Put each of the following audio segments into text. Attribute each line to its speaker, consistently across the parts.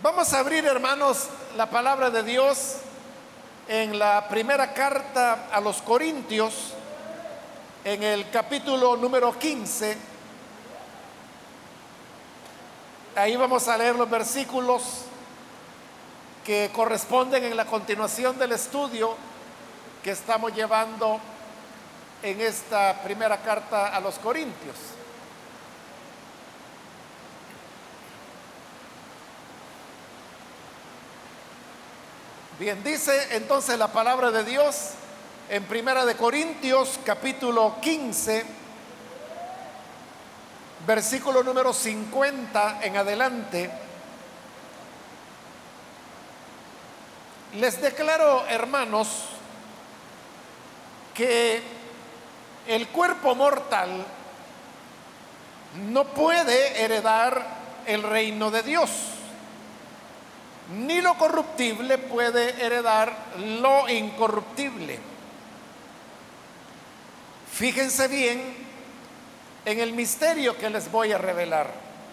Speaker 1: Vamos a abrir, hermanos, la palabra de Dios en la primera carta a los Corintios, en el capítulo número 15. Ahí vamos a leer los versículos que corresponden en la continuación del estudio que estamos llevando en esta primera carta a los Corintios. Bien, dice entonces la palabra de Dios en Primera de Corintios capítulo 15, versículo número 50 en adelante. Les declaro, hermanos, que el cuerpo mortal no puede heredar el reino de Dios, ni lo corruptible puede heredar lo incorruptible. Fíjense bien en el misterio que les voy a revelar.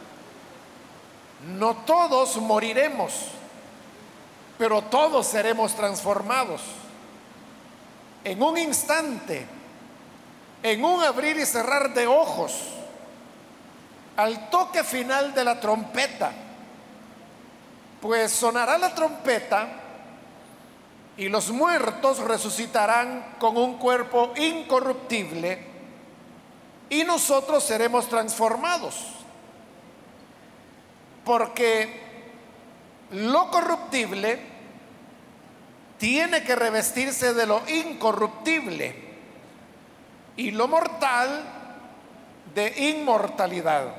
Speaker 1: No todos moriremos, pero todos seremos transformados. En un instante, en un abrir y cerrar de ojos, al toque final de la trompeta. Pues sonará la trompeta y los muertos resucitarán con un cuerpo incorruptible y nosotros seremos transformados. Porque lo corruptible tiene que revestirse de lo incorruptible y lo mortal de inmortalidad.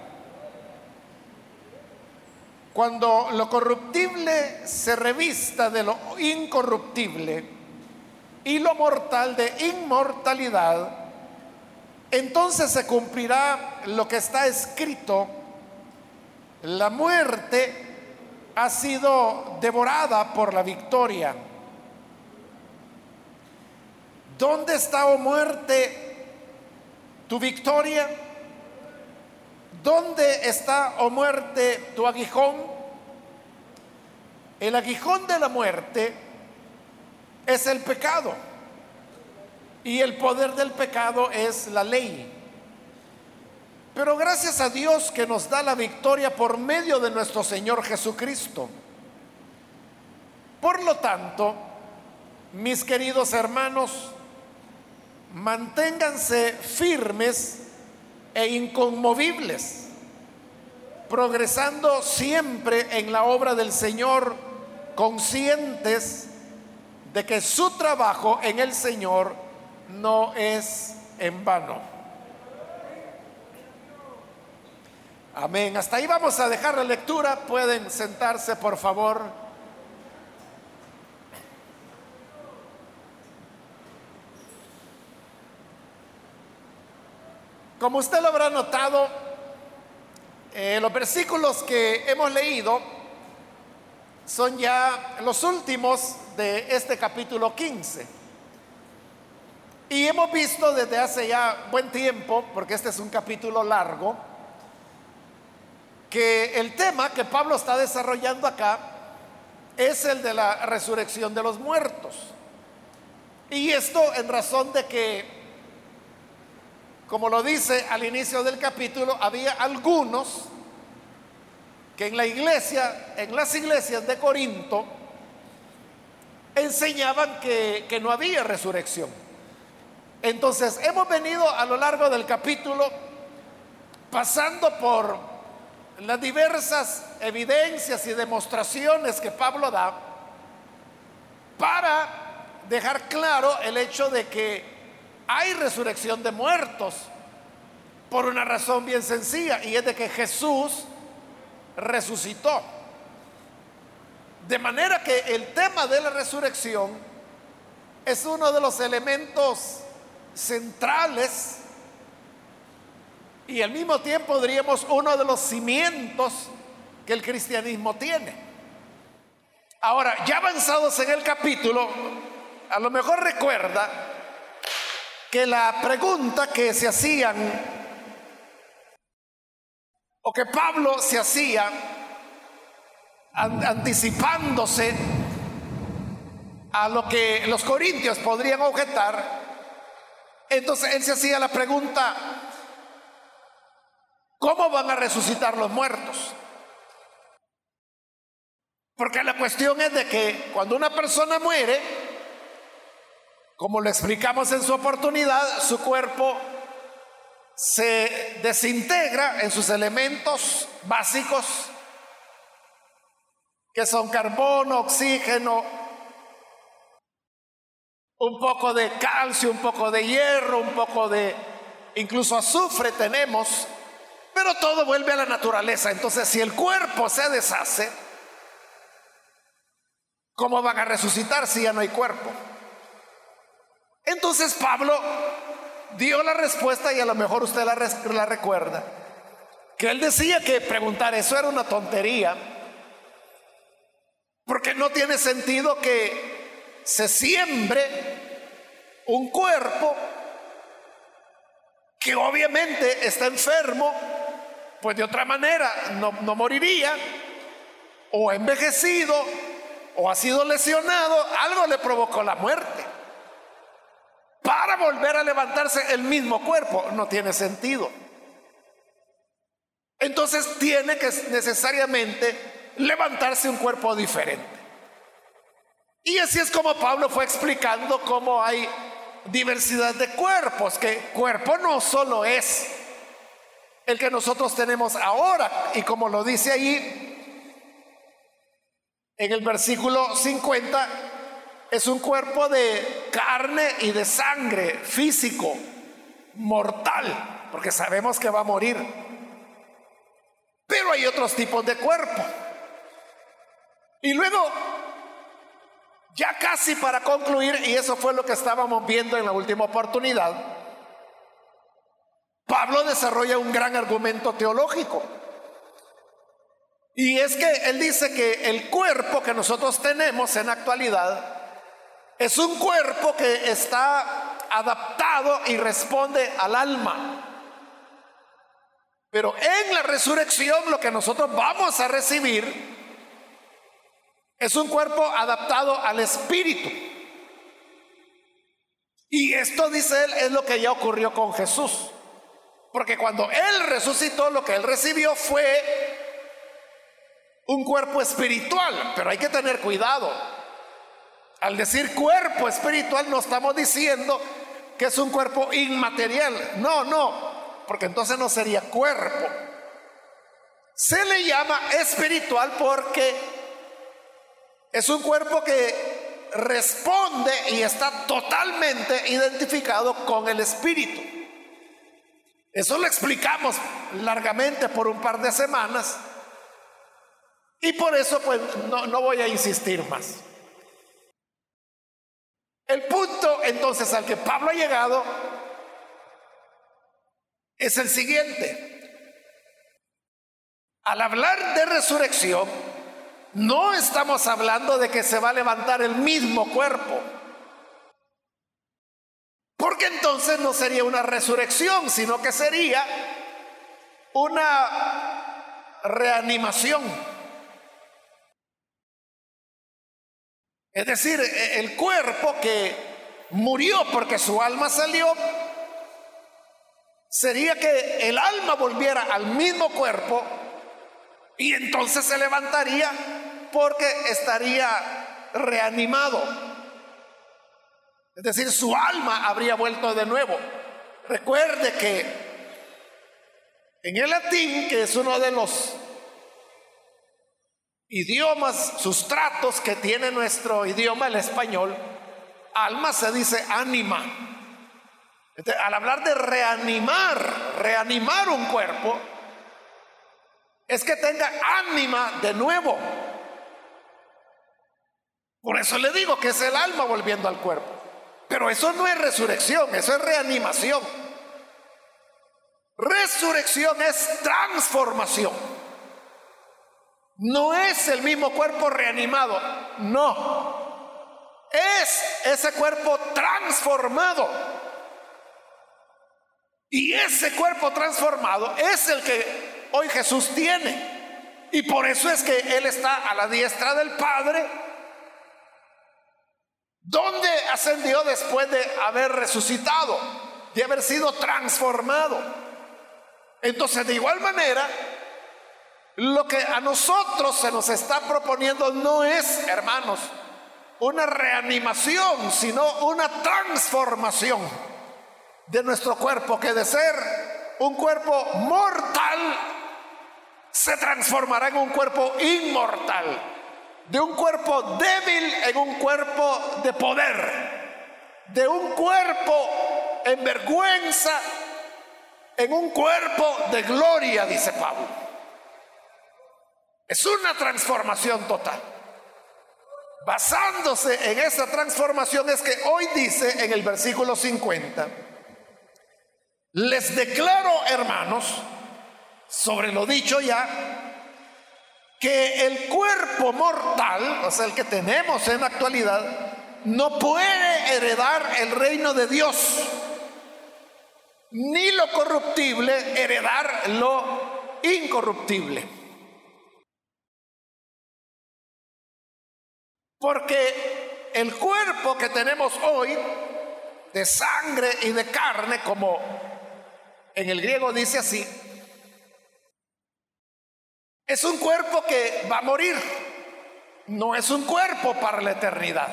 Speaker 1: Cuando lo corruptible se revista de lo incorruptible y lo mortal de inmortalidad, entonces se cumplirá lo que está escrito: la muerte ha sido devorada por la victoria. ¿Dónde está, oh muerte, tu victoria? ¿Dónde está, oh muerte, tu aguijón? El aguijón de la muerte es el pecado, y el poder del pecado es la ley. Pero gracias a Dios que nos da la victoria por medio de nuestro Señor Jesucristo. Por lo tanto, mis queridos hermanos, manténganse firmes e inconmovibles, progresando siempre en la obra del Señor, conscientes de que su trabajo en el Señor no es en vano. Amén. Hasta ahí vamos a dejar la lectura. Pueden sentarse, por favor. Como usted lo habrá notado, los versículos que hemos leído son ya los últimos de este capítulo 15. Y hemos visto desde hace ya buen tiempo, porque este es un capítulo largo, que el tema que Pablo está desarrollando acá es el de la resurrección de los muertos. Y esto en razón de que, como lo dice al inicio del capítulo, había algunos que en la iglesia, en las iglesias de Corinto, enseñaban que no había resurrección. Entonces hemos venido a lo largo del capítulo pasando por las diversas evidencias y demostraciones que Pablo da para dejar claro el hecho de que hay resurrección de muertos por una razón bien sencilla, y es de que Jesús resucitó. De manera que el tema de la resurrección es uno de los elementos centrales y al mismo tiempo diríamos uno de los cimientos que el cristianismo tiene. Ahora, ya avanzados en el capítulo, a lo mejor recuerda que la pregunta que se hacían o que Pablo se hacía anticipándose a lo que los corintios podrían objetar. Entonces él se hacía la pregunta: ¿cómo van a resucitar los muertos? Porque la cuestión es de que cuando una persona muere, como lo explicamos en su oportunidad, su cuerpo se desintegra en sus elementos básicos, que son carbono, oxígeno, un poco de calcio, un poco de hierro, un poco de incluso azufre tenemos, pero todo vuelve a la naturaleza. Entonces, si el cuerpo se deshace, ¿cómo van a resucitar si ya no hay cuerpo? Entonces Pablo dio la respuesta, y a lo mejor usted la recuerda, que él decía que preguntar eso era una tontería, porque no tiene sentido que se siembre un cuerpo que obviamente está enfermo, pues de otra manera no moriría, o envejecido, o ha sido lesionado, algo le provocó la muerte, para volver a levantarse el mismo cuerpo. No tiene sentido. Entonces tiene que necesariamente levantarse un cuerpo diferente. Y así es como Pablo fue explicando cómo hay diversidad de cuerpos, que cuerpo no solo es el que nosotros tenemos ahora, y como lo dice ahí en el versículo 50, es un cuerpo de carne y de sangre, físico, mortal, porque sabemos que va a morir. Pero hay otros tipos de cuerpo. Y luego, ya casi para concluir, y eso fue lo que estábamos viendo en la última oportunidad, Pablo desarrolla un gran argumento teológico. Y es que él dice que el cuerpo que nosotros tenemos en la actualidad es un cuerpo que está adaptado y responde al alma. Pero en la resurrección lo que nosotros vamos a recibir es un cuerpo adaptado al espíritu. Y esto, dice él, es lo que ya ocurrió con Jesús. Porque cuando él resucitó, lo que él recibió fue un cuerpo espiritual. Pero hay que tener cuidado. Al decir cuerpo espiritual no estamos diciendo que es un cuerpo inmaterial. No, porque entonces no sería cuerpo. Se le llama espiritual porque es un cuerpo que responde y está totalmente identificado con el espíritu. Eso lo explicamos largamente por un par de semanas, y por eso pues no voy a insistir más. El punto entonces al que Pablo ha llegado es el siguiente: al hablar de resurrección, no estamos hablando de que se va a levantar el mismo cuerpo, porque entonces no sería una resurrección, sino que sería una reanimación. Es decir, el cuerpo que murió porque su alma salió, sería que el alma volviera al mismo cuerpo, y entonces se levantaría porque estaría reanimado. Es decir, su alma habría vuelto de nuevo. Recuerde que en el latín, que es uno de los idiomas, sustratos que tiene nuestro idioma, el español, alma se dice ánima. Entonces, al hablar de reanimar un cuerpo, es que tenga ánima de nuevo. Por eso le digo que es el alma volviendo al cuerpo. Pero eso no es resurrección, eso es reanimación. Resurrección es transformación. No es el mismo cuerpo reanimado, no. Es ese cuerpo transformado. Y ese cuerpo transformado es el que hoy Jesús tiene Y por eso es que Él está a la diestra del Padre, donde ascendió después de haber resucitado, de haber sido transformado. Entonces, de igual manera, lo que a nosotros se nos está proponiendo no es, hermanos, una reanimación, sino una transformación de nuestro cuerpo, que de ser un cuerpo mortal se transformará en un cuerpo inmortal, de un cuerpo débil en un cuerpo de poder, de un cuerpo en vergüenza en un cuerpo de gloria, dice Pablo. Es una transformación total. Basándose en esa transformación es que hoy dice en el versículo 50: les declaro, hermanos, sobre lo dicho ya, que el cuerpo mortal, o sea, el que tenemos en la actualidad, no puede heredar el reino de Dios, ni lo corruptible heredar lo incorruptible. Porque el cuerpo que tenemos hoy, de sangre y de carne, como en el griego dice así, es un cuerpo que va a morir, no es un cuerpo para la eternidad.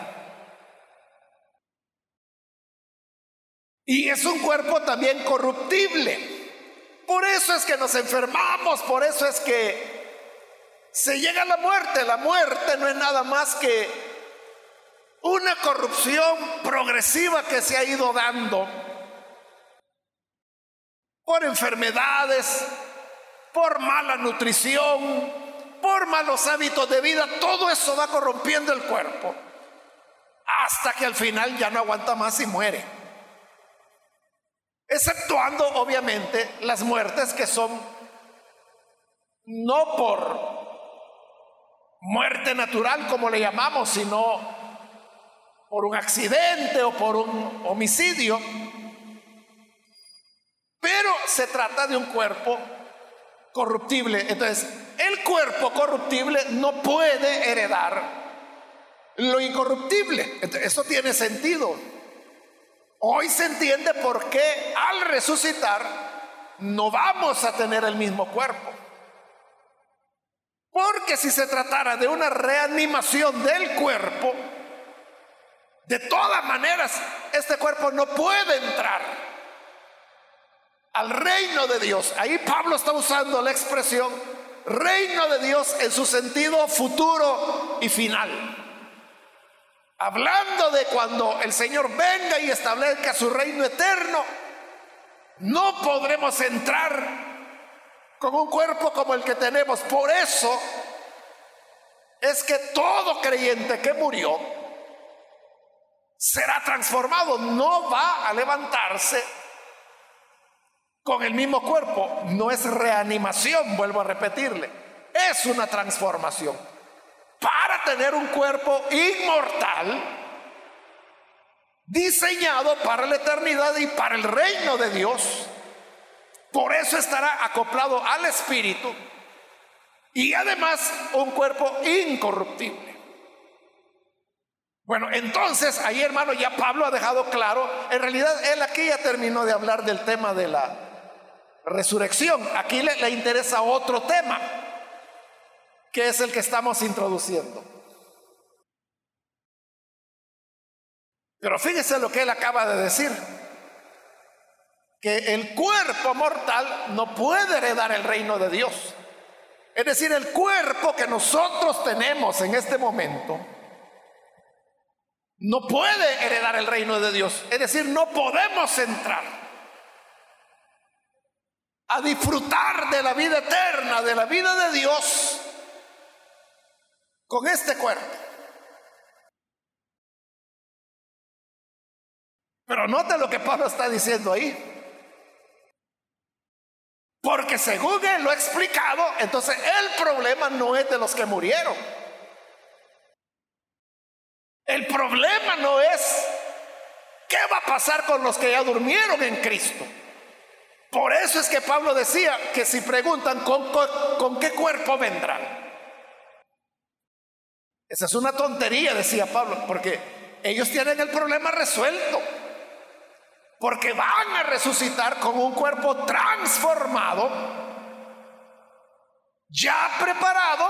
Speaker 1: Y es un cuerpo también corruptible. Por eso es que nos enfermamos, por eso es que se llega a la muerte. La muerte no es nada más que una corrupción progresiva que se ha ido dando por enfermedades, por mala nutrición, por malos hábitos de vida. Todo eso va corrompiendo el cuerpo hasta que al final ya no aguanta más y muere, exceptuando obviamente las muertes que son no por muerte natural como le llamamos, sino por un accidente o por un homicidio. Pero se trata de un cuerpo corruptible. Entonces, el cuerpo corruptible no puede heredar lo incorruptible. Entonces, eso tiene sentido. Hoy se entiende por qué al resucitar no vamos a tener el mismo cuerpo. Porque si se tratara de una reanimación del cuerpo, de todas maneras este cuerpo no puede entrar al reino de Dios. Ahí Pablo está usando la expresión reino de Dios en su sentido futuro y final, hablando de cuando el Señor venga y establezca su reino eterno. No podremos entrar con un cuerpo como el que tenemos. Por eso es que todo creyente que murió será transformado, no va a levantarse con el mismo cuerpo. No es reanimación, vuelvo a repetirle, es una transformación para tener un cuerpo inmortal, diseñado para la eternidad y para el reino de Dios. Por eso estará acoplado al Espíritu y además un cuerpo incorruptible. Bueno, entonces ahí, hermano, ya Pablo ha dejado claro, en realidad él aquí ya terminó de hablar del tema de la resurrección. Aquí le interesa otro tema, que es el que estamos introduciendo. Pero fíjese lo que él acaba de decir, que el cuerpo mortal no puede heredar el reino de Dios. Es decir, el cuerpo que nosotros tenemos en este momento no puede heredar el reino de Dios. Es decir, no podemos entrar a disfrutar de la vida eterna, de la vida de Dios, con este cuerpo. Pero note lo que Pablo está diciendo ahí, porque según él lo ha explicado, entonces el problema no es de los que murieron. El problema no es qué va a pasar con los que ya durmieron en Cristo, Por eso es que Pablo decía que si preguntan con qué cuerpo vendrán. Esa es una tontería, decía Pablo, porque ellos tienen el problema resuelto. Porque van a resucitar con un cuerpo transformado, ya preparado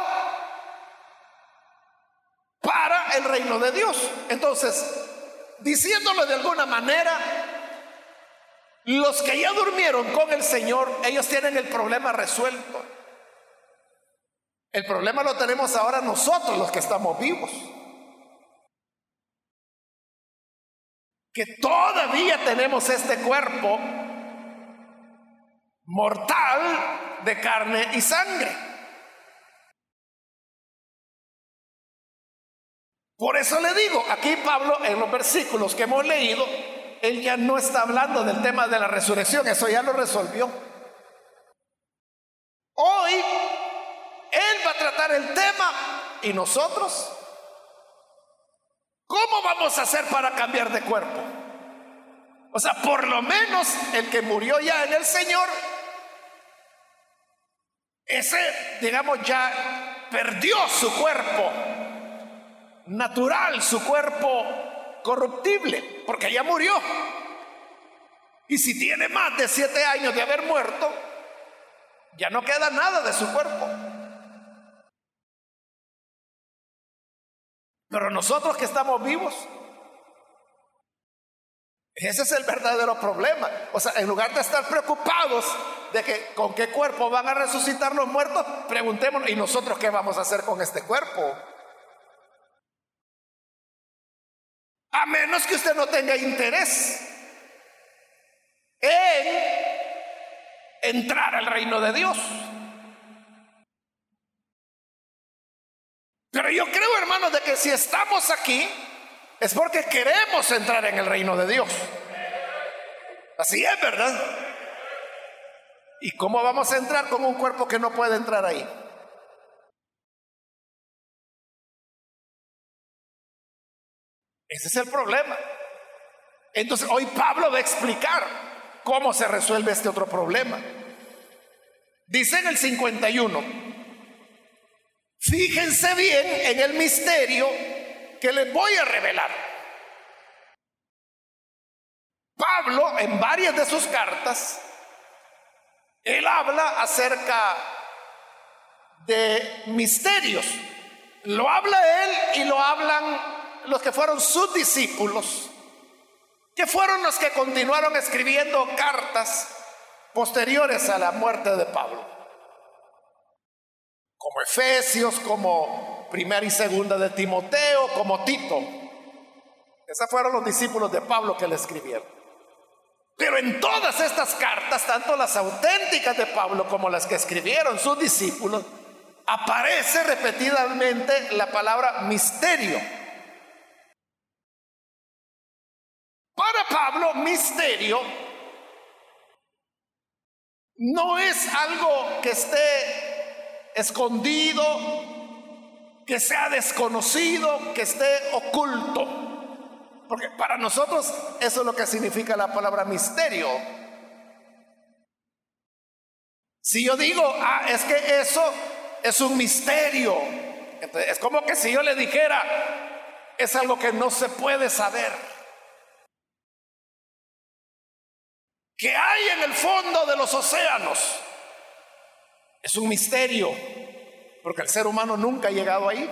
Speaker 1: para el reino de Dios. Entonces, diciéndolo de alguna manera, los que ya durmieron con el Señor, ellos tienen el problema resuelto. El problema lo tenemos ahora nosotros, los que estamos vivos, que todavía tenemos este cuerpo mortal de carne y sangre. Por eso le digo, aquí Pablo, en los versículos que hemos leído, él ya no está hablando del tema de la resurrección, eso ya lo resolvió. Hoy él va a tratar el tema, y nosotros, ¿cómo vamos a hacer para cambiar de cuerpo? O sea, por lo menos el que murió ya en el Señor, ese, digamos, ya perdió su cuerpo natural, su cuerpo corruptible, porque ya murió. Y si tiene más de 7 años de haber muerto, ya no queda nada de su cuerpo. Pero nosotros que estamos vivos, ese es el verdadero problema. O sea, en lugar de estar preocupados de que con qué cuerpo van a resucitar los muertos, preguntémonos, ¿y nosotros qué vamos a hacer con este cuerpo? A menos que usted no tenga interés en entrar al reino de Dios. Pero yo creo, hermanos, de que si estamos aquí es porque queremos entrar en el reino de Dios. Así es, ¿verdad? ¿Y cómo vamos a entrar con un cuerpo que no puede entrar ahí? Ese es el problema. Entonces hoy Pablo va a explicar cómo se resuelve este otro problema. Dice en el 51: fíjense bien en el misterio que les voy a revelar. Pablo, en varias de sus cartas, él habla acerca de misterios. Lo habla él y lo hablan los que fueron sus discípulos, que fueron los que continuaron escribiendo cartas posteriores a la muerte de Pablo, como Efesios, como Primera y Segunda de Timoteo, como Tito. Esos fueron los discípulos de Pablo que le escribieron. Pero en todas estas cartas, tanto las auténticas de Pablo como las que escribieron sus discípulos, aparece repetidamente la palabra misterio. Para Pablo, misterio no es algo que esté escondido, que sea desconocido, que esté oculto. Porque para nosotros eso es lo que significa la palabra misterio. Si yo digo, es que eso es un misterio, entonces es como que si yo le dijera, es algo que no se puede saber. Que hay en el fondo de los océanos es un misterio, porque el ser humano nunca ha llegado ahí.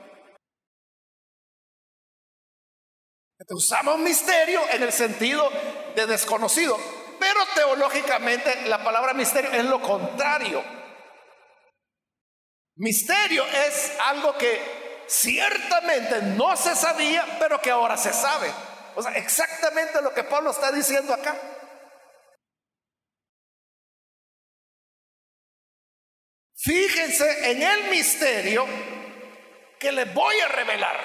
Speaker 1: Usamos misterio en el sentido de desconocido, pero teológicamente la palabra misterio es lo contrario. Misterio es algo que ciertamente no se sabía, pero que ahora se sabe. O sea, exactamente lo que Pablo está diciendo acá. Fíjense en el misterio que les voy a revelar.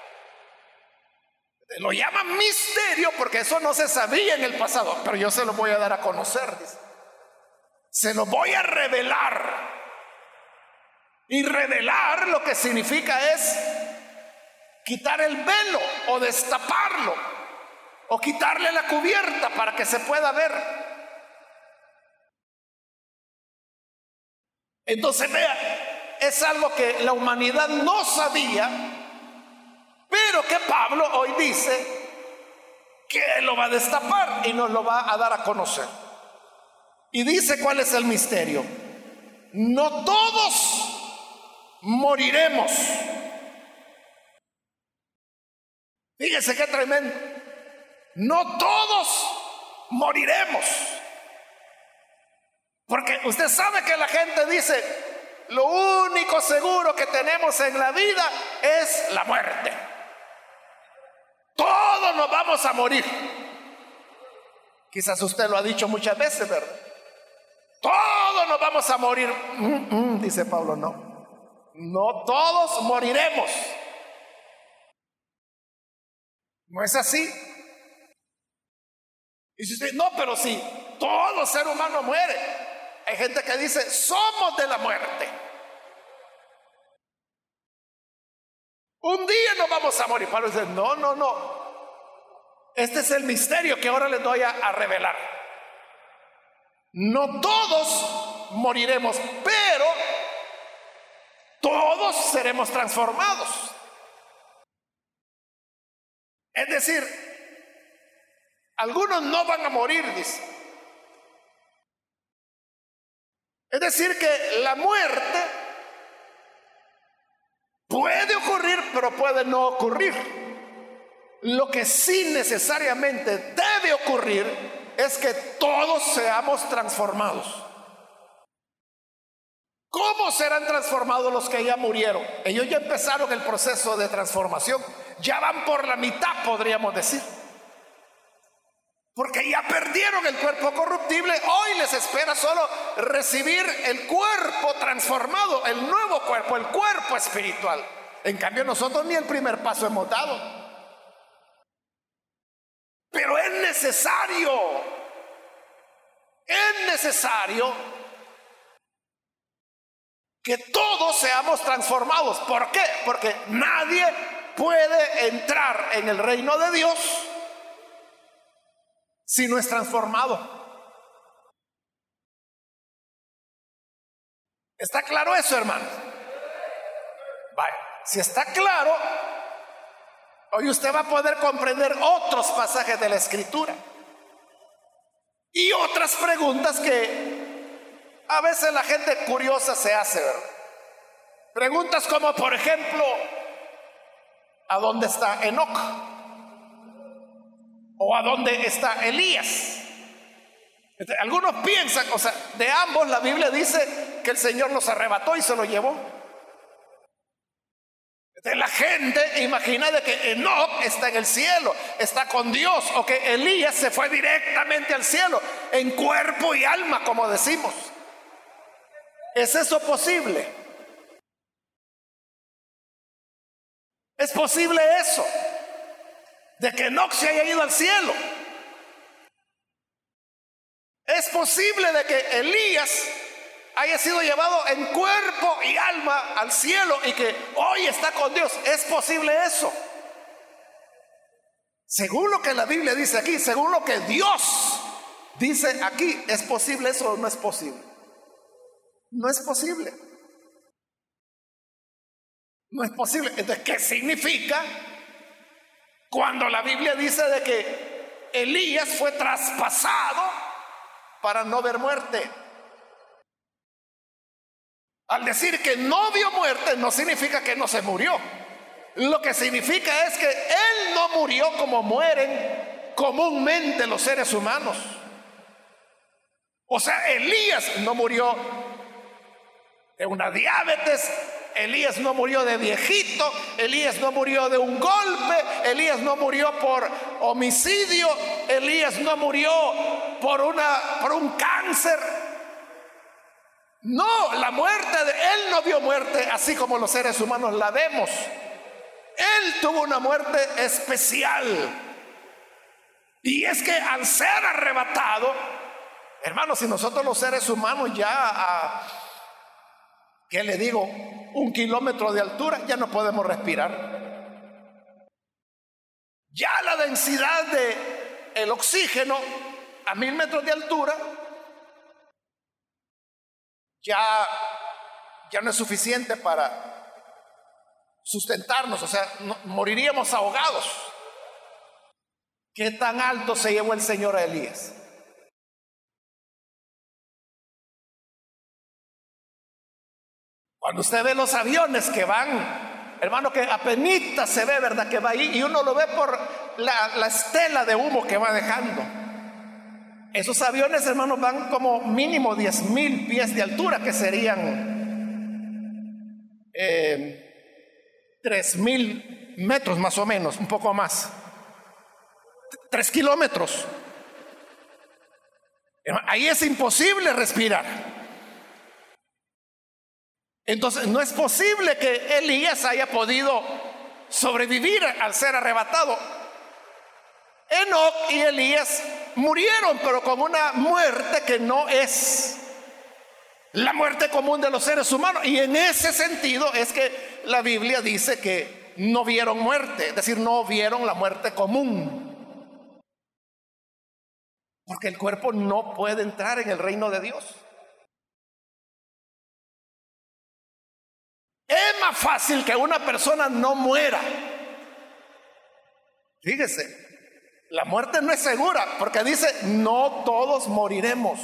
Speaker 1: Lo llaman misterio porque eso no se sabía en el pasado, pero yo se lo voy a dar a conocer, dice. Se lo voy a revelar. Y revelar lo que significa es quitar el velo o destaparlo o quitarle la cubierta para que se pueda ver. Entonces vea, es algo que la humanidad no sabía, pero que Pablo hoy dice que lo va a destapar y nos lo va a dar a conocer. Y dice cuál es el misterio: no todos moriremos. Fíjese qué tremendo. No todos moriremos. Porque usted sabe que la gente dice: lo único seguro que tenemos en la vida es la muerte. Todos nos vamos a morir. Quizás usted lo ha dicho muchas veces, ¿verdad? Todos nos vamos a morir. Dice Pablo, no todos moriremos. No es así. Y si usted, no, pero si todo ser humano muere. Hay gente que dice: somos de la muerte. Un día nos vamos a morir. Pablo dice: no. Este es el misterio que ahora les doy a revelar. No todos moriremos, pero todos seremos transformados. Es decir, algunos no van a morir, dice. Es decir, que la muerte puede ocurrir, pero puede no ocurrir. Lo que sí necesariamente debe ocurrir es que todos seamos transformados. ¿Cómo serán transformados los que ya murieron? Ellos ya empezaron el proceso de transformación. Ya van por la mitad, podríamos decir. Porque ya perdieron el cuerpo corruptible. Hoy les espera solo recibir el cuerpo transformado, el nuevo cuerpo, el cuerpo espiritual. En cambio, nosotros ni el primer paso hemos dado. Pero es necesario que todos seamos transformados. ¿Por qué? Porque nadie puede entrar en el reino de Dios si no es transformado. ¿Está claro eso, hermano? Vaya, si está claro, hoy usted va a poder comprender otros pasajes de la Escritura y otras preguntas que a veces la gente curiosa se hace, ¿verdad? Preguntas como, por ejemplo, ¿a dónde está Enoc? ¿O a dónde está Elías? Algunos piensan, o sea, de ambos la Biblia dice que el Señor los arrebató y se los llevó. La gente imagina de que Enoc está en el cielo, está con Dios, o que Elías se fue directamente al cielo, en cuerpo y alma, como decimos. ¿Es eso posible? ¿Es posible eso? De que Enoc se haya ido al cielo. Es posible de que Elías haya sido llevado en cuerpo y alma al cielo y que hoy está con Dios. ¿Es posible eso? Según lo que la Biblia dice aquí, según lo que Dios dice aquí, ¿es posible eso o no es posible? No es posible. No es posible. Entonces, ¿qué significa cuando la Biblia dice de que Elías fue traspasado para no ver muerte? Al decir que no vio muerte, no significa que no se murió. Lo que significa es que él no murió como mueren comúnmente los seres humanos. O sea, Elías no murió de una diabetes, Elías no murió de viejito, Elías no murió de un golpe, Elías no murió por homicidio, Elías no murió por un cáncer. No, la muerte de él no vio muerte así como los seres humanos la vemos. Él tuvo una muerte especial. Y es que al ser arrebatado, hermanos, si nosotros los seres humanos ya ¿qué le digo? 1 kilómetro de altura, ya no podemos respirar. Ya la densidad del oxígeno a 1000 metros de altura ya ya no es suficiente para sustentarnos, o sea, moriríamos ahogados. ¿Qué tan alto se llevó el Señor a Elías? Cuando usted ve los aviones que van, hermano, que apenas se ve, ¿verdad? Que va ahí y uno lo ve por la estela de humo que va dejando. Esos aviones, hermanos, van como mínimo 10,000 pies de altura, que serían 3,000 metros más o menos, un poco más. 3 kilómetros. Ahí es imposible respirar. Entonces no es posible que Elías haya podido sobrevivir al ser arrebatado. Enoc y Elías murieron, pero con una muerte que no es la muerte común de los seres humanos. Y en ese sentido es que la Biblia dice que no vieron muerte, es decir, no vieron la muerte común. Porque el cuerpo no puede entrar en el reino de Dios. Es más fácil que una persona no muera. Fíjese, la muerte no es segura, porque dice, no todos moriremos,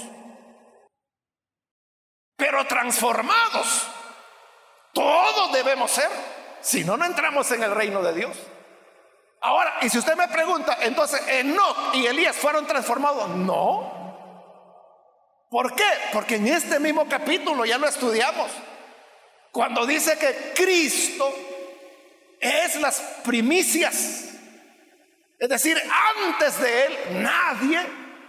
Speaker 1: pero transformados todos debemos ser, si no, no entramos en el reino de Dios. Ahora, y si usted me pregunta, entonces Enoc y Elías fueron transformados. No. ¿Por qué? Porque en este mismo capítulo ya lo estudiamos, cuando dice que Cristo es las primicias, es decir, antes de Él nadie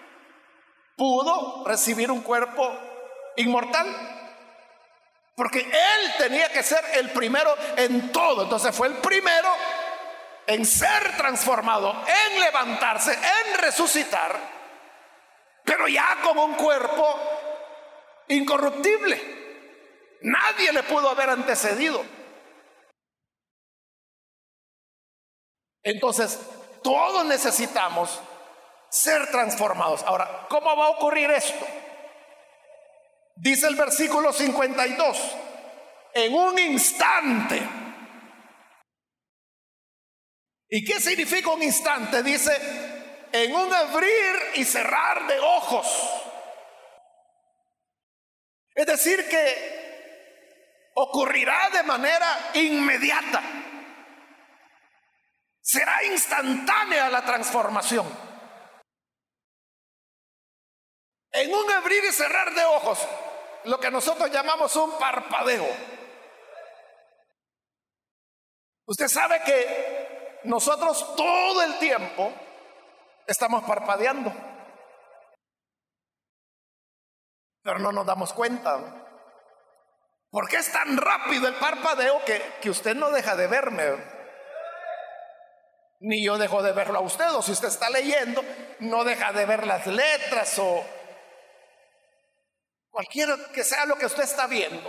Speaker 1: pudo recibir un cuerpo inmortal, porque Él tenía que ser el primero en todo. Entonces fue el primero en ser transformado, en levantarse, en resucitar, pero ya como un cuerpo incorruptible. Nadie le pudo haber antecedido. Entonces, todos necesitamos ser transformados. Ahora, ¿cómo va a ocurrir esto? Dice el versículo 52, en un instante. ¿Y qué significa un instante? Dice, en un abrir y cerrar de ojos. Es decir, que ocurrirá de manera inmediata. Será instantánea la transformación. En un abrir y cerrar de ojos, lo que nosotros llamamos un parpadeo. Usted sabe que nosotros todo el tiempo estamos parpadeando, pero no nos damos cuenta. ¿Por qué es tan rápido el parpadeo que usted no deja de verme? Ni yo dejo de verlo a usted, o si usted está leyendo, no deja de ver las letras o cualquiera que sea lo que usted está viendo.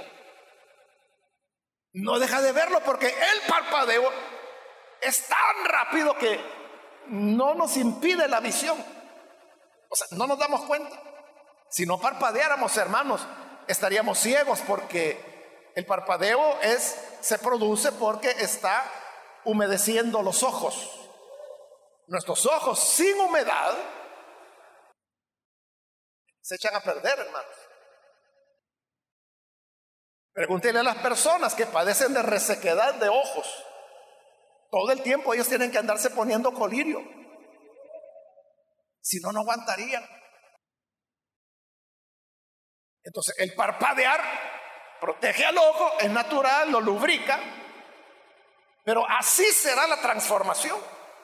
Speaker 1: No deja de verlo porque el parpadeo es tan rápido que no nos impide la visión. O sea, no nos damos cuenta. Si no parpadeáramos, hermanos, estaríamos ciegos, porque el parpadeo se produce porque está humedeciendo los ojos. Nuestros ojos sin humedad se echan a perder, hermanos. Pregúntenle a las personas que padecen de resequedad de ojos. Todo el tiempo ellos tienen que andarse poniendo colirio, si no, no aguantarían. Entonces el parpadear protege al ojo, es natural, lo lubrica, pero así será la transformación.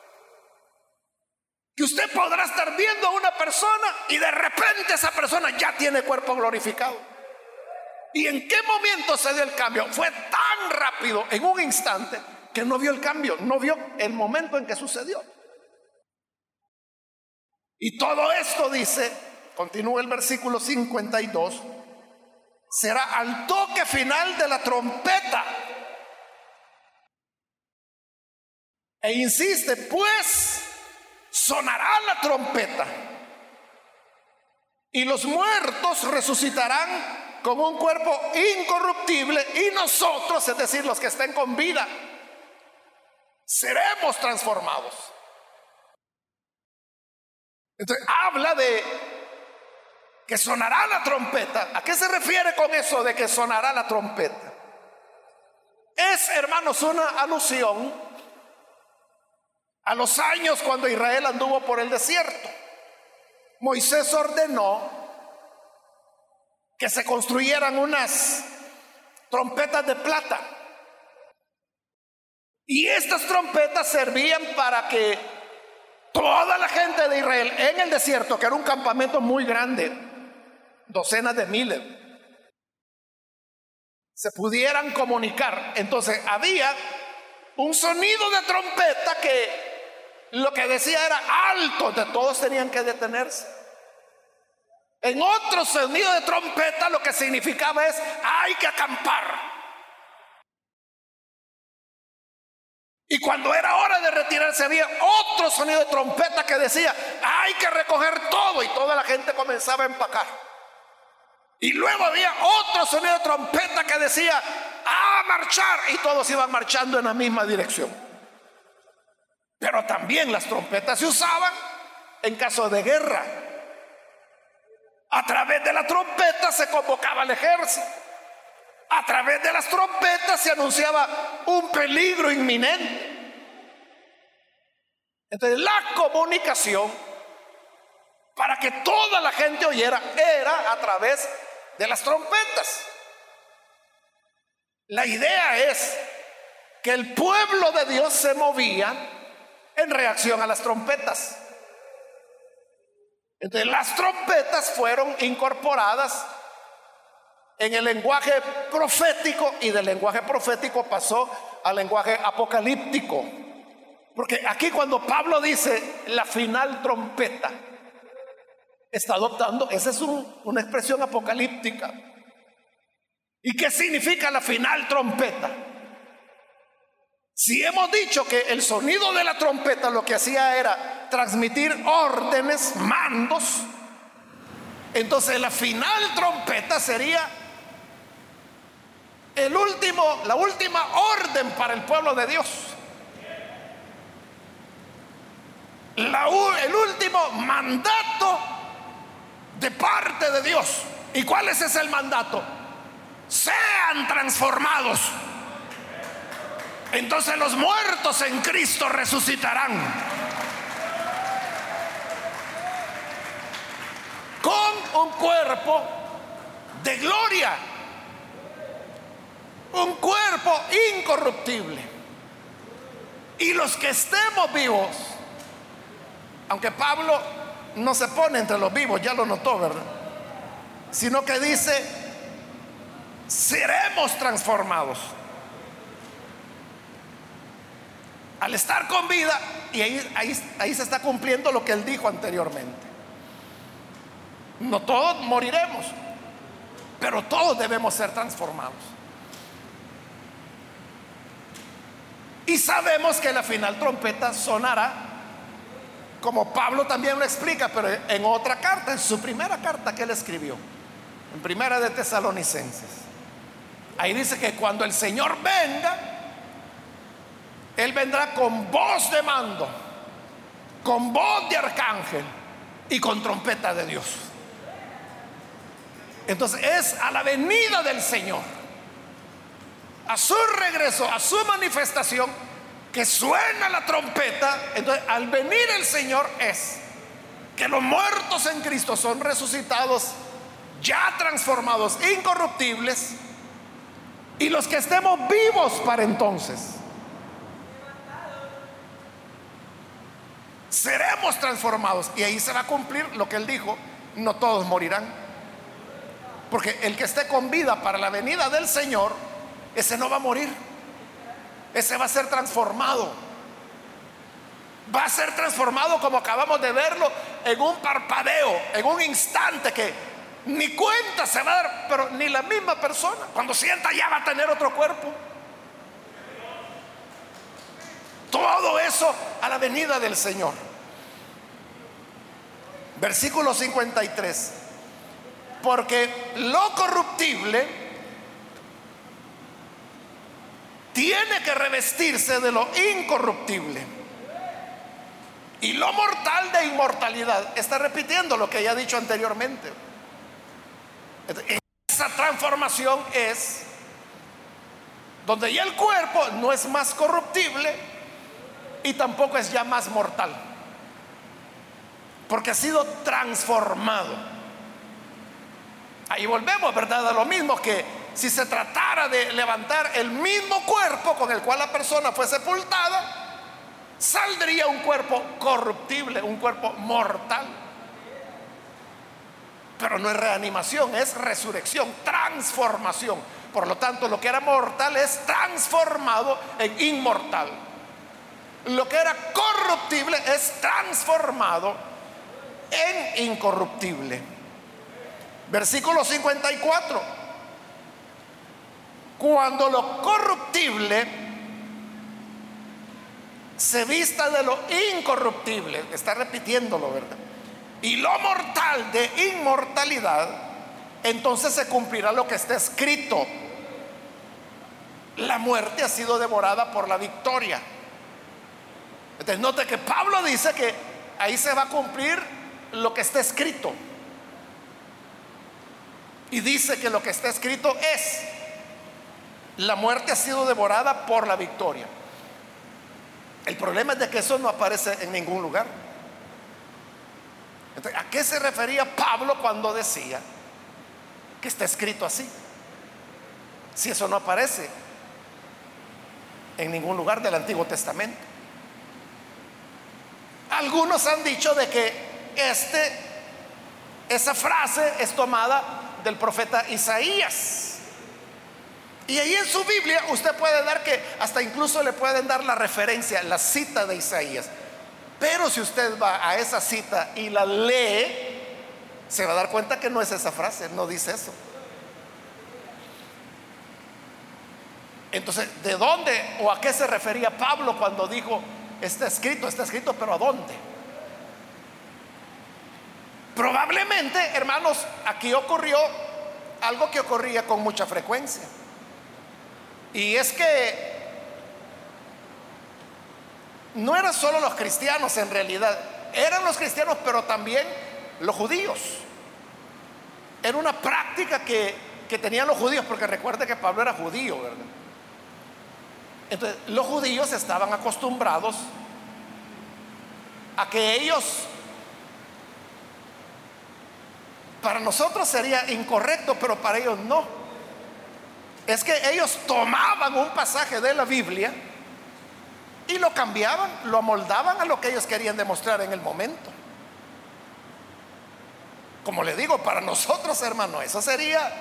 Speaker 1: Que usted podrá estar viendo a una persona y de repente esa persona ya tiene cuerpo glorificado. ¿Y en qué momento se dio el cambio? Fue tan rápido, en un instante, que no vio el cambio, no vio el momento en que sucedió. Y todo esto dice, continúa el versículo 52, será al toque final de la trompeta. E insiste, pues sonará la trompeta y los muertos resucitarán con un cuerpo incorruptible, y nosotros, es decir, los que estén con vida, seremos transformados. Entonces habla de que sonará la trompeta. ¿A qué se refiere con eso de que sonará la trompeta? Es, hermanos, una alusión a los años cuando Israel anduvo por el desierto. Moisés ordenó que se construyeran unas trompetas de plata, y estas trompetas servían para que toda la gente de Israel en el desierto, que era un campamento muy grande, docenas de miles, se pudieran comunicar. Entonces había un sonido de trompeta que lo que decía era alto, de todos tenían que detenerse. En otro sonido de trompeta lo que significaba es: hay que acampar. Y cuando era hora de retirarse había otro sonido de trompeta que decía: hay que recoger todo, y toda la gente comenzaba a empacar. Y luego había otro sonido de trompeta que decía: a marchar, y todos iban marchando en la misma dirección. Pero también las trompetas se usaban en caso de guerra. A través de la trompeta se convocaba al ejército. A través de las trompetas se anunciaba un peligro inminente. Entonces la comunicación, para que toda la gente oyera, era a través de las trompetas. La idea es que el pueblo de Dios se movía en reacción a las trompetas. Entonces las trompetas fueron incorporadas en el lenguaje profético, y del lenguaje profético pasó al lenguaje apocalíptico. Porque aquí cuando Pablo dice la final trompeta, está adoptando, esa es una expresión apocalíptica. ¿Y qué significa la final trompeta? Si hemos dicho que el sonido de la trompeta lo que hacía era transmitir órdenes, mandos, entonces la final trompeta sería la última orden para el pueblo de Dios, el último mandato de parte de Dios. ¿Y cuál es ese el mandato? Sean transformados. Entonces los muertos en Cristo resucitarán con un cuerpo de gloria, un cuerpo incorruptible. Y los que estemos vivos, aunque Pablo no se pone entre los vivos, ya lo notó, ¿verdad? Sino que dice: seremos transformados. Al estar con vida, y ahí se está cumpliendo lo que él dijo anteriormente. No todos moriremos, pero todos debemos ser transformados. Y sabemos que la final trompeta sonará, como Pablo también lo explica, pero en otra carta, en su primera carta que él escribió, en Primera de Tesalonicenses. Ahí dice que cuando el Señor venga, Él vendrá con voz de mando, con voz de arcángel y con trompeta de Dios. Entonces es a la venida del Señor, a su regreso, a su manifestación, que suena la trompeta. Entonces al venir el Señor es que los muertos en Cristo son resucitados, ya transformados, incorruptibles, y los que estemos vivos para entonces seremos transformados. Y ahí se va a cumplir lo que él dijo: no todos morirán, porque el que esté con vida para la venida del Señor, ese no va a morir, ese va a ser transformado. Va a ser transformado como acabamos de verlo, en un parpadeo, en un instante que ni cuenta se va a dar, pero ni la misma persona, cuando sienta, ya va a tener otro cuerpo. Todo eso a la venida del Señor. Versículo 53. Porque lo corruptible tiene que revestirse de lo incorruptible y lo mortal de inmortalidad. Está repitiendo lo que ya he dicho anteriormente. Esa transformación es donde ya el cuerpo no es más corruptible y tampoco es ya más mortal, porque ha sido transformado. Ahí volvemos, ¿verdad?, a lo mismo, que si se tratara de levantar el mismo cuerpo con el cual la persona fue sepultada, saldría un cuerpo corruptible, un cuerpo mortal. Pero no es reanimación, es resurrección, transformación. Por lo tanto, lo que era mortal es transformado en inmortal. Lo que era corruptible es transformado en incorruptible. Versículo 54. Cuando lo corruptible se vista de lo incorruptible, está repitiéndolo, ¿verdad?, y lo mortal de inmortalidad, entonces se cumplirá lo que está escrito: la muerte ha sido devorada por la victoria. Entonces note que Pablo dice que ahí se va a cumplir lo que está escrito, y dice que lo que está escrito es: la muerte ha sido devorada por la victoria. El problema es de que eso no aparece en ningún lugar. Entonces, ¿a qué se refería Pablo cuando decía que está escrito así? Si eso no aparece en ningún lugar del Antiguo Testamento. Algunos han dicho de que esa frase es tomada del profeta Isaías, y ahí en su Biblia usted puede dar que hasta incluso le pueden dar la referencia, la cita de Isaías. Pero si usted va a esa cita y la lee, se va a dar cuenta que no es esa frase, no dice eso. Entonces, ¿de dónde o a qué se refería Pablo cuando dijo está escrito, pero a dónde? Probablemente, hermanos, aquí ocurrió algo que ocurría con mucha frecuencia, y es que no eran solo los cristianos, en realidad eran los cristianos, pero también los judíos. Era una práctica que tenían los judíos, porque recuerde que Pablo era judío, ¿verdad? Entonces los judíos estaban acostumbrados a que ellos, para nosotros sería incorrecto, pero para ellos no, es que ellos tomaban un pasaje de la Biblia y lo cambiaban, lo amoldaban a lo que ellos querían demostrar en el momento. Como le digo, para nosotros, hermano, eso sería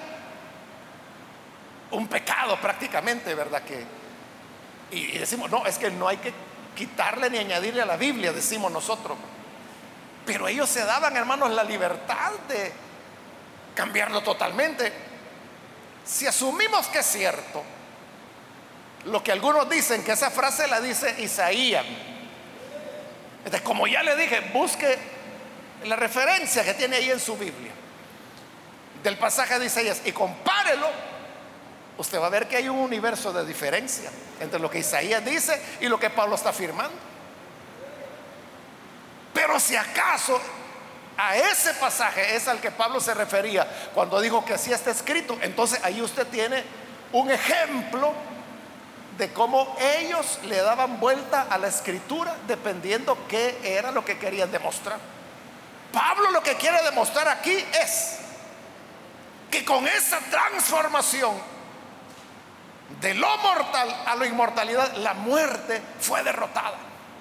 Speaker 1: un pecado prácticamente, ¿verdad? Y decimos, no, es que no hay que quitarle ni añadirle a la Biblia, decimos nosotros. Pero ellos se daban, hermanos, la libertad de cambiarlo totalmente. Si asumimos que es cierto lo que algunos dicen, que esa frase la dice Isaías, entonces, como ya le dije, busque la referencia que tiene ahí en su Biblia del pasaje de Isaías y compárelo. Usted va a ver que hay un universo de diferencia entre lo que Isaías dice y lo que Pablo está afirmando. Pero si acaso a ese pasaje es al que Pablo se refería cuando dijo que así está escrito, entonces ahí usted tiene un ejemplo de cómo ellos le daban vuelta a la escritura dependiendo qué era lo que querían demostrar. Pablo lo que quiere demostrar aquí es que con esa transformación de lo mortal a la inmortalidad, la muerte fue derrotada.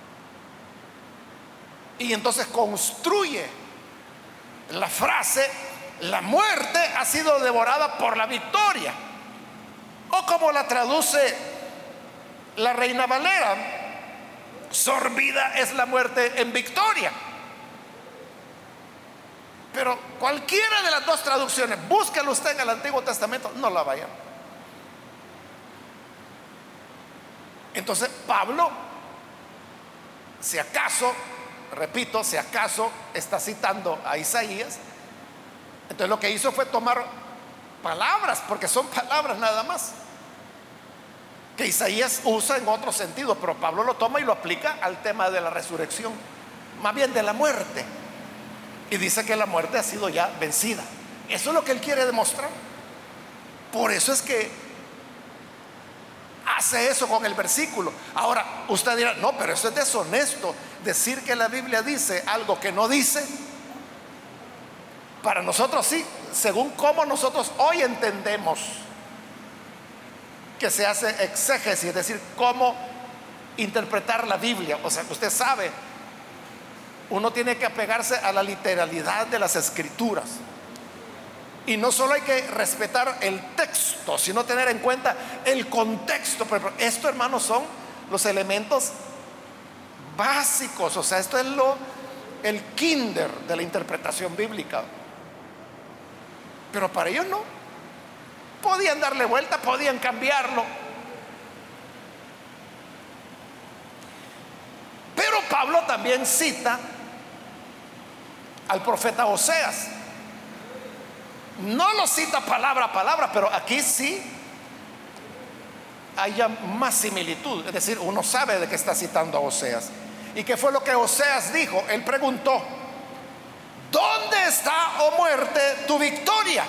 Speaker 1: Y entonces construye la frase: la muerte ha sido devorada por la victoria. O como la traduce la Reina Valera: sorbida es la muerte en victoria. Pero cualquiera de las dos traducciones, búsquelo usted en el Antiguo Testamento, no la vaya. Entonces Pablo, si acaso, repito, si acaso está citando a Isaías, Entonces lo que hizo fue tomar palabras, porque son palabras nada más, que Isaías usa en otro sentido, pero Pablo lo toma y lo aplica al tema de la resurrección, más bien de la muerte, y dice que la muerte ha sido ya vencida. Eso es lo que él quiere demostrar. Por eso es que hace eso con el versículo. Ahora usted dirá, no, pero eso es deshonesto, decir que la Biblia dice algo que no dice. Para nosotros sí, según cómo nosotros hoy entendemos que se hace exégesis, es decir, cómo interpretar la Biblia. O sea, usted sabe, uno tiene que apegarse a la literalidad de las escrituras. Y no solo hay que respetar el texto, sino tener en cuenta el contexto. Pero esto, hermanos, son los elementos básicos. O sea, esto es el kinder de la interpretación bíblica. Pero para ellos no. Podían darle vuelta, podían cambiarlo. Pero Pablo también cita al profeta Oseas. No lo cita palabra a palabra, pero aquí sí hay ya más similitud. Es decir, uno sabe de qué está citando a Oseas. ¿Y qué fue lo que Oseas dijo? Él preguntó: ¿dónde está, oh muerte, tu victoria?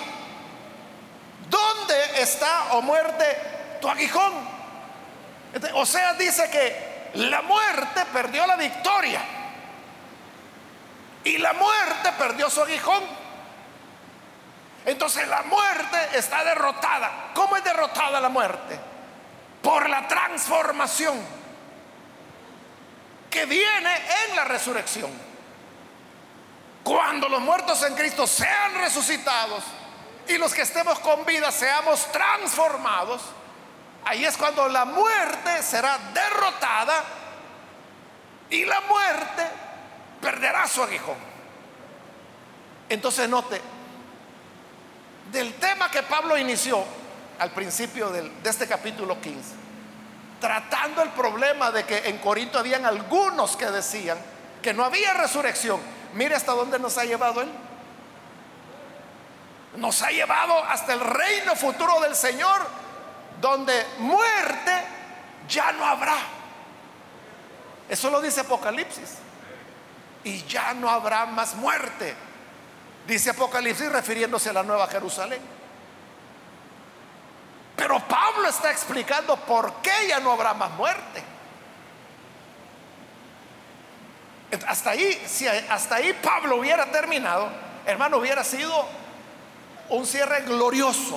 Speaker 1: ¿Dónde está, oh muerte, tu aguijón? Oseas dice que la muerte perdió la victoria y la muerte perdió su aguijón. Entonces la muerte está derrotada. ¿Cómo es derrotada la muerte? Por la transformación que viene en la resurrección. Cuando los muertos en Cristo sean resucitados y los que estemos con vida seamos transformados, ahí es cuando la muerte será derrotada y la muerte perderá su aguijón. Entonces note, del tema que Pablo inició al principio de este capítulo 15, tratando el problema de que en Corinto habían algunos que decían que no había resurrección. Mire hasta dónde nos ha llevado él. Nos ha llevado hasta el reino futuro del Señor, donde muerte ya no habrá. Eso lo dice Apocalipsis. Y ya no habrá más muerte, dice Apocalipsis, refiriéndose a la Nueva Jerusalén. Pero Pablo está explicando por qué ya no habrá más muerte. Hasta ahí, si hasta ahí Pablo hubiera terminado, hermano, hubiera sido un cierre glorioso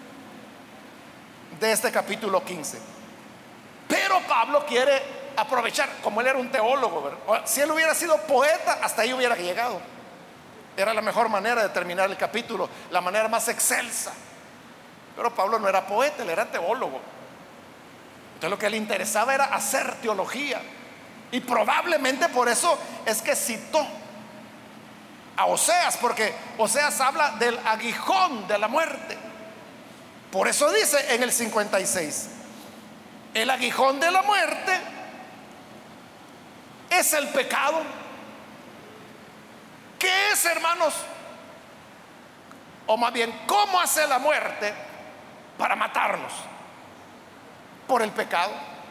Speaker 1: de este capítulo 15. Pero Pablo quiere aprovechar, como él era un teólogo, ¿verdad? Si él hubiera sido poeta, hasta ahí hubiera llegado. Era la mejor manera de terminar el capítulo, la manera más excelsa. Pero Pablo no era poeta, él era teólogo. Entonces lo que le interesaba era hacer teología. Y probablemente por eso es que citó a Oseas, porque Oseas habla del aguijón de la muerte. Por eso dice en el 56: el aguijón de la muerte es el pecado. ¿Qué es, hermanos? O más bien, ¿cómo hace la muerte para matarnos? Por el pecado.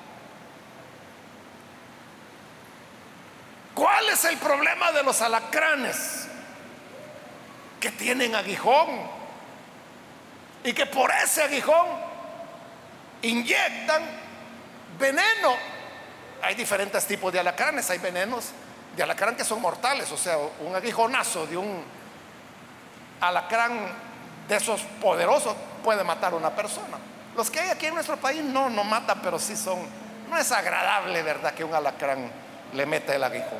Speaker 1: ¿Cuál es el problema de los alacranes? Que tienen aguijón y que por ese aguijón inyectan veneno. Hay diferentes tipos de alacranes. Hay venenos de alacrán que son mortales, o sea, un aguijonazo de un alacrán de esos poderosos puede matar a una persona. Los que hay aquí en nuestro país no matan, pero sí son, no es agradable, ¿verdad?, que un alacrán le meta el aguijón.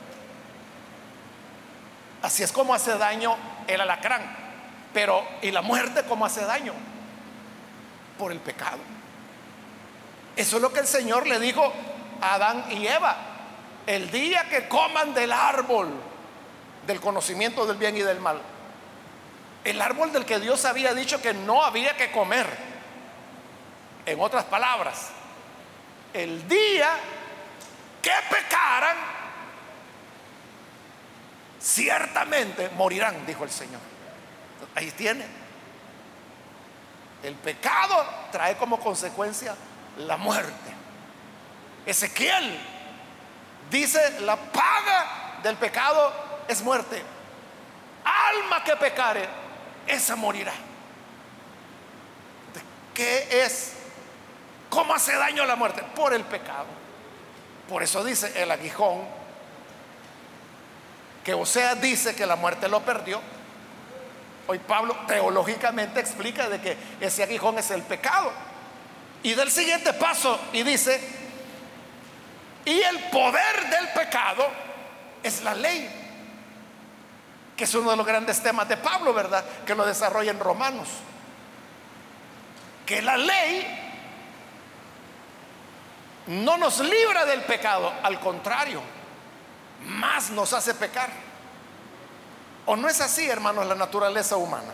Speaker 1: Así es como hace daño el alacrán. Pero ¿y la muerte cómo hace daño? Por el pecado. Eso es lo que el Señor le dijo a Adán y Eva: el día que coman del árbol del conocimiento del bien y del mal, el árbol del que Dios había dicho que no había que comer. En otras palabras, el día que pecaran, ciertamente morirán, dijo el Señor. Ahí tiene. El pecado trae como consecuencia la muerte. Ezequiel dice: la paga del pecado es muerte. Alma que pecare, esa morirá. ¿Qué es? ¿Cómo hace daño la muerte? Por el pecado. Por eso dice el aguijón, que Oseas dice que la muerte lo perdió. Hoy Pablo teológicamente explica de que ese aguijón es el pecado. Y del siguiente paso y dice: y el poder del pecado es la ley, que es uno de los grandes temas de Pablo, ¿verdad? Que lo desarrolla en Romanos. Que la ley no nos libra del pecado, al contrario, más nos hace pecar. ¿O no es así, hermanos, la naturaleza humana?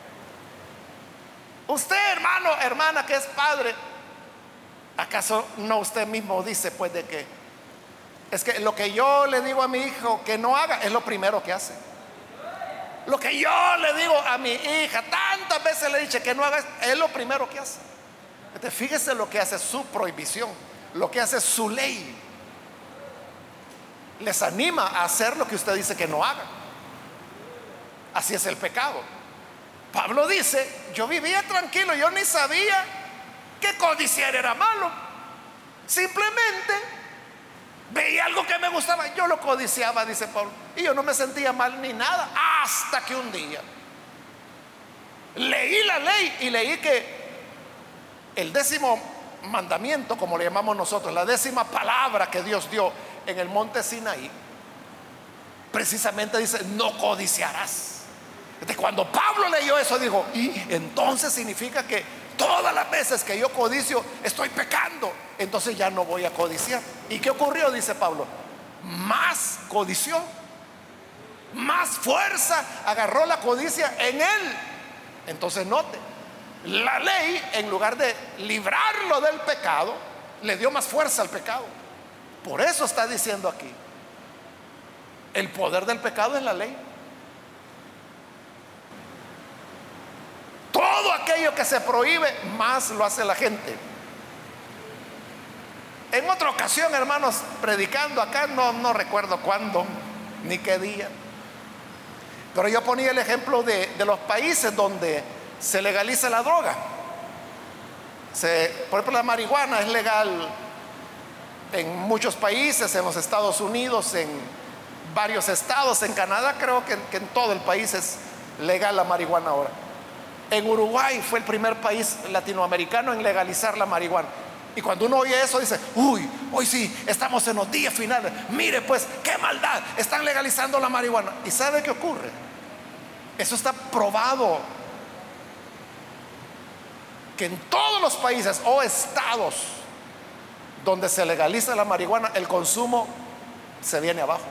Speaker 1: Usted, hermano, hermana, que es padre, ¿acaso no usted mismo dice pues de que es que lo que yo le digo a mi hijo que no haga es lo primero que hace? Lo que yo le digo a mi hija, tantas veces le he dicho que no haga, es lo primero que hace. Entonces, fíjese lo que hace su prohibición, lo que hace su ley. Les anima a hacer lo que usted dice que no haga. Así es el pecado. Pablo dice: yo vivía tranquilo, yo ni sabía que codiciar era malo. Simplemente veía algo que me gustaba, yo lo codiciaba, dice Pablo, y yo no me sentía mal ni nada, hasta que un día leí la ley y leí que el 10º mandamiento, como le llamamos nosotros, la 10ª palabra que Dios dio en el monte Sinaí, precisamente dice: no codiciarás. Entonces, cuando Pablo leyó eso, dijo: y entonces significa que todas las veces que yo codicio estoy pecando, entonces ya no voy a codiciar. ¿Y qué ocurrió? Dice Pablo: más codició, más fuerza agarró la codicia en él. Entonces note, la ley, en lugar de librarlo del pecado, le dio más fuerza al pecado. Por eso está diciendo aquí: el poder del pecado es la ley. Todo aquello que se prohíbe, más lo hace la gente. En otra ocasión, hermanos, predicando acá, no recuerdo cuándo ni qué día, pero yo ponía el ejemplo de los países donde se legaliza la droga. Por ejemplo, la marihuana es legal en muchos países, en los Estados Unidos, en varios estados, en Canadá creo que en todo el país es legal la marihuana ahora. En Uruguay fue el primer país latinoamericano en legalizar la marihuana. Y cuando uno oye eso dice: uy, hoy sí, estamos en los días finales. Mire pues, qué maldad, están legalizando la marihuana. ¿Y sabe qué ocurre? Eso está probado, que en todos los países o estados donde se legaliza la marihuana, el consumo se viene abajo.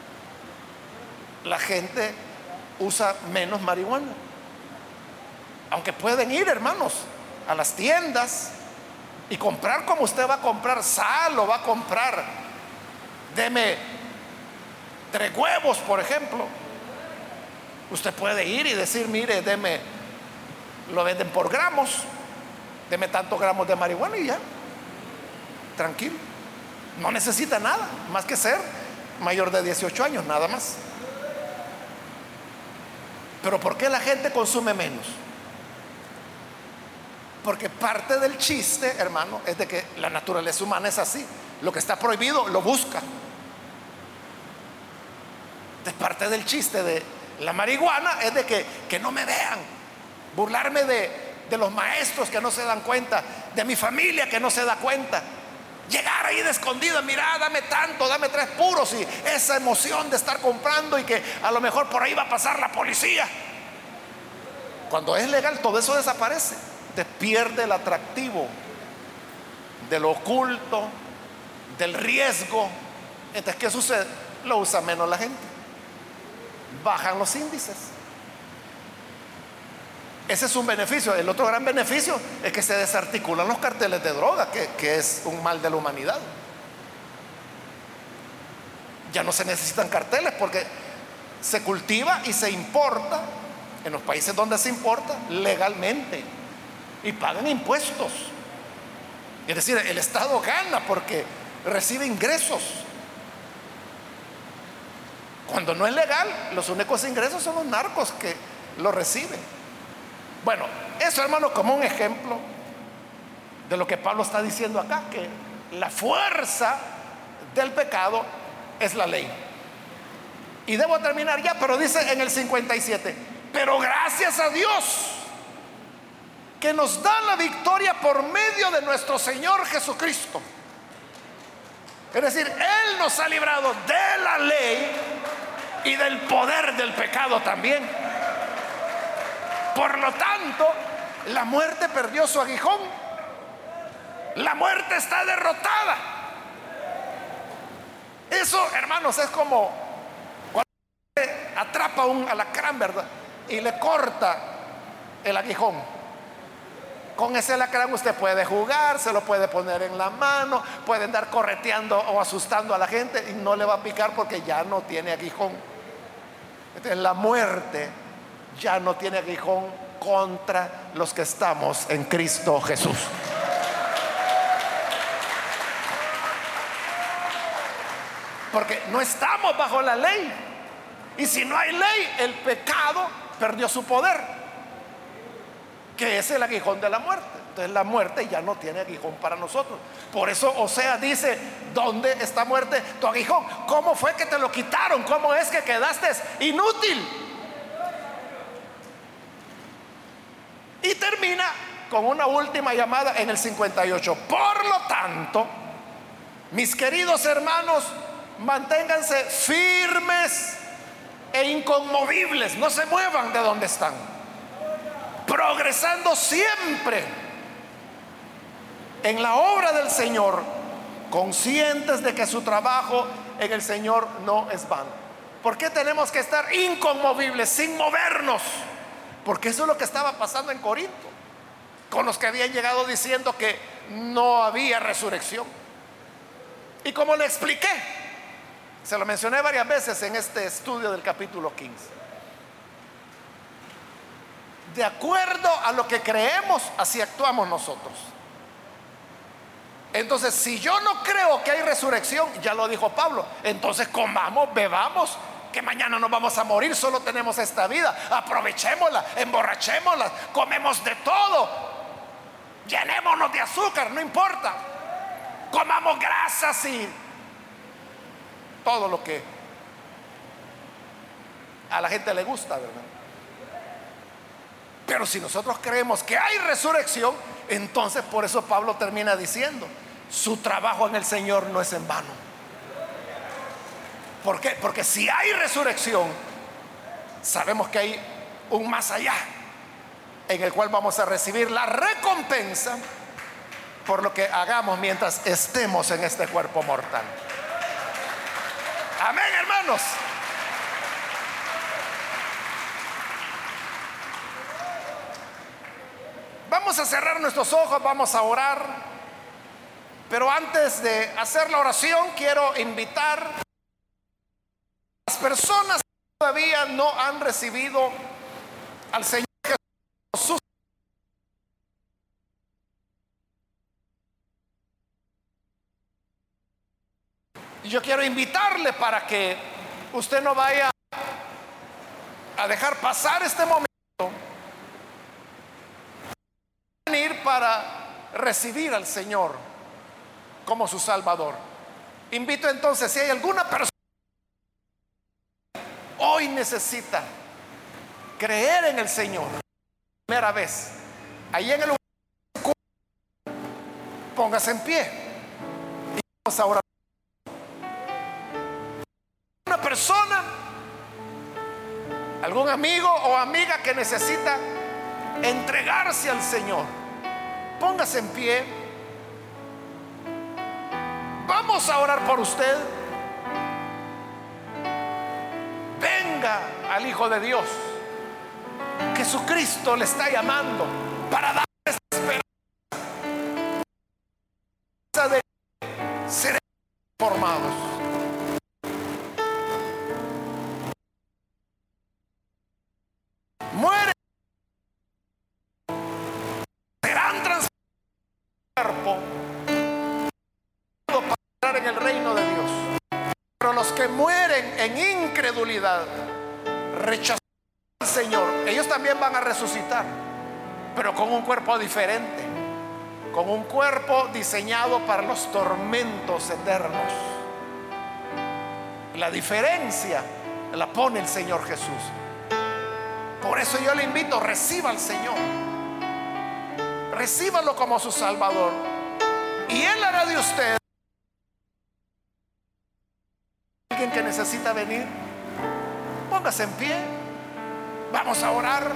Speaker 1: La gente usa menos marihuana. Aunque pueden ir, hermanos, a las tiendas y comprar como usted va a comprar sal, o va a comprar, deme 3 huevos, por ejemplo. Usted puede ir y decir: mire, deme, lo venden por gramos, deme tantos gramos de marihuana, y ya, tranquilo. No necesita nada más que ser mayor de 18 años, nada más. Pero ¿por qué la gente consume menos? Porque parte del chiste, hermano, es de que la naturaleza humana es así: lo que está prohibido lo busca. Entonces, parte del chiste de la marihuana es de que no me vean, burlarme de los maestros que no se dan cuenta, de mi familia que no se da cuenta, llegar ahí de escondido: mira, dame tanto, dame 3 puros, y esa emoción de estar comprando y que a lo mejor por ahí va a pasar la policía. Cuando es legal, todo eso desaparece. Te pierde el atractivo de lo oculto, del riesgo. Entonces, ¿qué sucede? Lo usa menos la gente, bajan los índices. Ese es un beneficio. El otro gran beneficio es que se desarticulan los carteles de droga, que es un mal de la humanidad. Ya no se necesitan carteles porque se cultiva y se importa en los países donde se importa legalmente y pagan impuestos. Es decir, el Estado gana porque recibe ingresos. Cuando no es legal, los únicos ingresos son los narcos que lo reciben. Bueno, eso, hermano, como un ejemplo de lo que Pablo está diciendo acá, que la fuerza del pecado es la ley. Y debo terminar ya, pero dice en el 57, pero gracias a Dios que nos da la victoria por medio de nuestro Señor Jesucristo. Es decir, Él nos ha librado de la ley y del poder del pecado también. Por lo tanto, la muerte perdió su aguijón. La muerte está derrotada. Eso, hermanos, es como cuando usted atrapa un alacrán, ¿verdad? Y le corta el aguijón. Con ese alacrán usted puede jugar, se lo puede poner en la mano, puede andar correteando o asustando a la gente y no le va a picar porque ya no tiene aguijón. Entonces, la muerte ya no tiene aguijón contra los que estamos en Cristo Jesús. Porque no estamos bajo la ley. Y si no hay ley, el pecado perdió su poder, que es el aguijón de la muerte. Entonces la muerte ya no tiene aguijón para nosotros. Por eso Oseas dice, ¿dónde está muerte tu aguijón? ¿Cómo fue que te lo quitaron? ¿Cómo es que quedaste inútil? Y termina con una última llamada en el 58. Por lo tanto, mis queridos hermanos, manténganse firmes e inconmovibles, no se muevan de donde están, progresando siempre en la obra del Señor, conscientes de que su trabajo en el Señor no es vano. ¿Por qué tenemos que estar inconmovibles, sin movernos? Porque eso es lo que estaba pasando en Corinto, con los que habían llegado diciendo que no había resurrección. Y como le expliqué, se lo mencioné varias veces en este estudio del capítulo 15, de acuerdo a lo que creemos, así actuamos nosotros. Entonces, si yo no creo que hay resurrección, ya lo dijo Pablo, entonces comamos, bebamos, que mañana nos vamos a morir, solo tenemos esta vida, aprovechémosla, emborrachémosla, comemos de todo, llenémonos de azúcar, no importa, comamos grasas y todo lo que a la gente le gusta, ¿verdad? Pero si nosotros creemos que hay resurrección, entonces por eso Pablo termina diciendo, su trabajo en el Señor no es en vano. ¿Por qué? Porque si hay resurrección, sabemos que hay un más allá en el cual vamos a recibir la recompensa por lo que hagamos mientras estemos en este cuerpo mortal. Amén, hermanos. Vamos a cerrar nuestros ojos, vamos a orar. Pero antes de hacer la oración, quiero invitar a las personas que todavía no han recibido al Señor Jesús. Y yo quiero invitarle para que usted no vaya a dejar pasar este momento, venir para recibir al Señor como su Salvador. Invito entonces, si hay alguna persona que hoy necesita creer en el Señor, primera vez, ahí en el lugar, póngase en pie y vamos a orar. Una persona, algún amigo o amiga que necesita entregarse al Señor, póngase en pie. Vamos a orar por usted. Venga al Hijo de Dios. Jesucristo le está llamando para darle esperanza de ser formados. Muere los que mueren en incredulidad, rechazando al Señor, ellos también van a resucitar, pero con un cuerpo diferente, con un cuerpo diseñado para los tormentos eternos. La diferencia la pone el Señor Jesús. Por eso yo le invito, reciba al Señor, recíbalo como su Salvador, y Él hará de usted alguien que necesita venir. Póngase en pie, vamos a orar.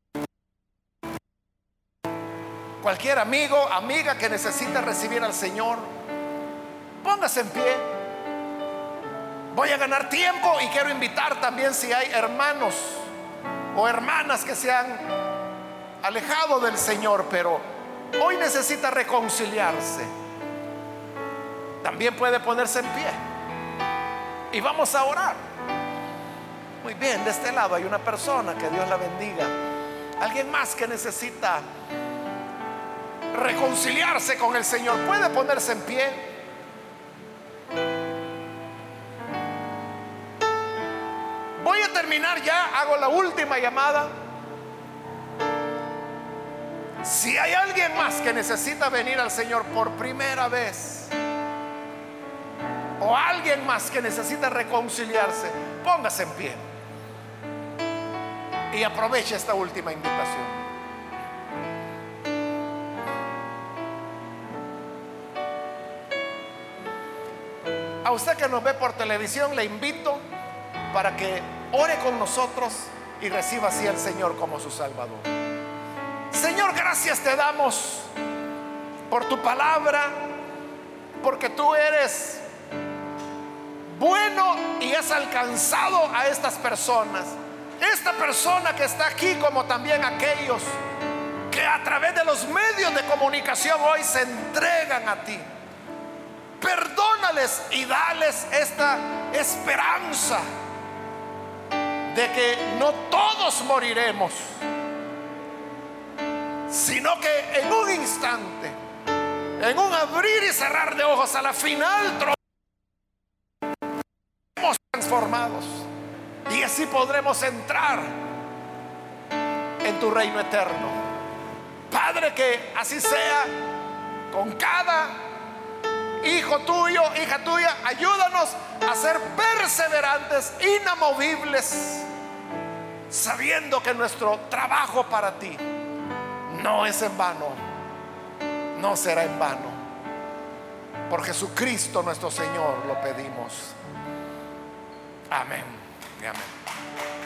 Speaker 1: Cualquier amigo, amiga que necesite recibir al Señor, póngase en pie. Voy a ganar tiempo y quiero invitar también, si hay hermanos o hermanas que se han alejado del Señor, pero hoy necesita reconciliarse, también puede ponerse en pie y vamos a orar. Muy bien, de este lado hay una persona, que Dios la bendiga. Alguien más que necesita reconciliarse con el Señor, puede ponerse en pie. Voy a terminar ya, hago la última llamada. Si hay alguien más que necesita venir al Señor por primera vez, o alguien más que necesita reconciliarse, póngase en pie y aproveche esta última invitación. A usted que nos ve por televisión, le invito para que ore con nosotros y reciba así al Señor como su Salvador. Señor, gracias te damos por tu palabra, porque tú eres bueno y has alcanzado a estas personas. Esta persona que está aquí, como también aquellos que a través de los medios de comunicación hoy se entregan a ti. Perdónales y dales esta esperanza de que no todos moriremos, sino que en un instante, en un abrir y cerrar de ojos, a la final seremos transformados y así podremos entrar en tu reino eterno. Padre, que así sea con cada hijo tuyo, hija tuya. Ayúdanos a ser perseverantes, inamovibles, sabiendo que nuestro trabajo para ti no es en vano, no será en vano. Por Jesucristo nuestro Señor lo pedimos. Amén y amén.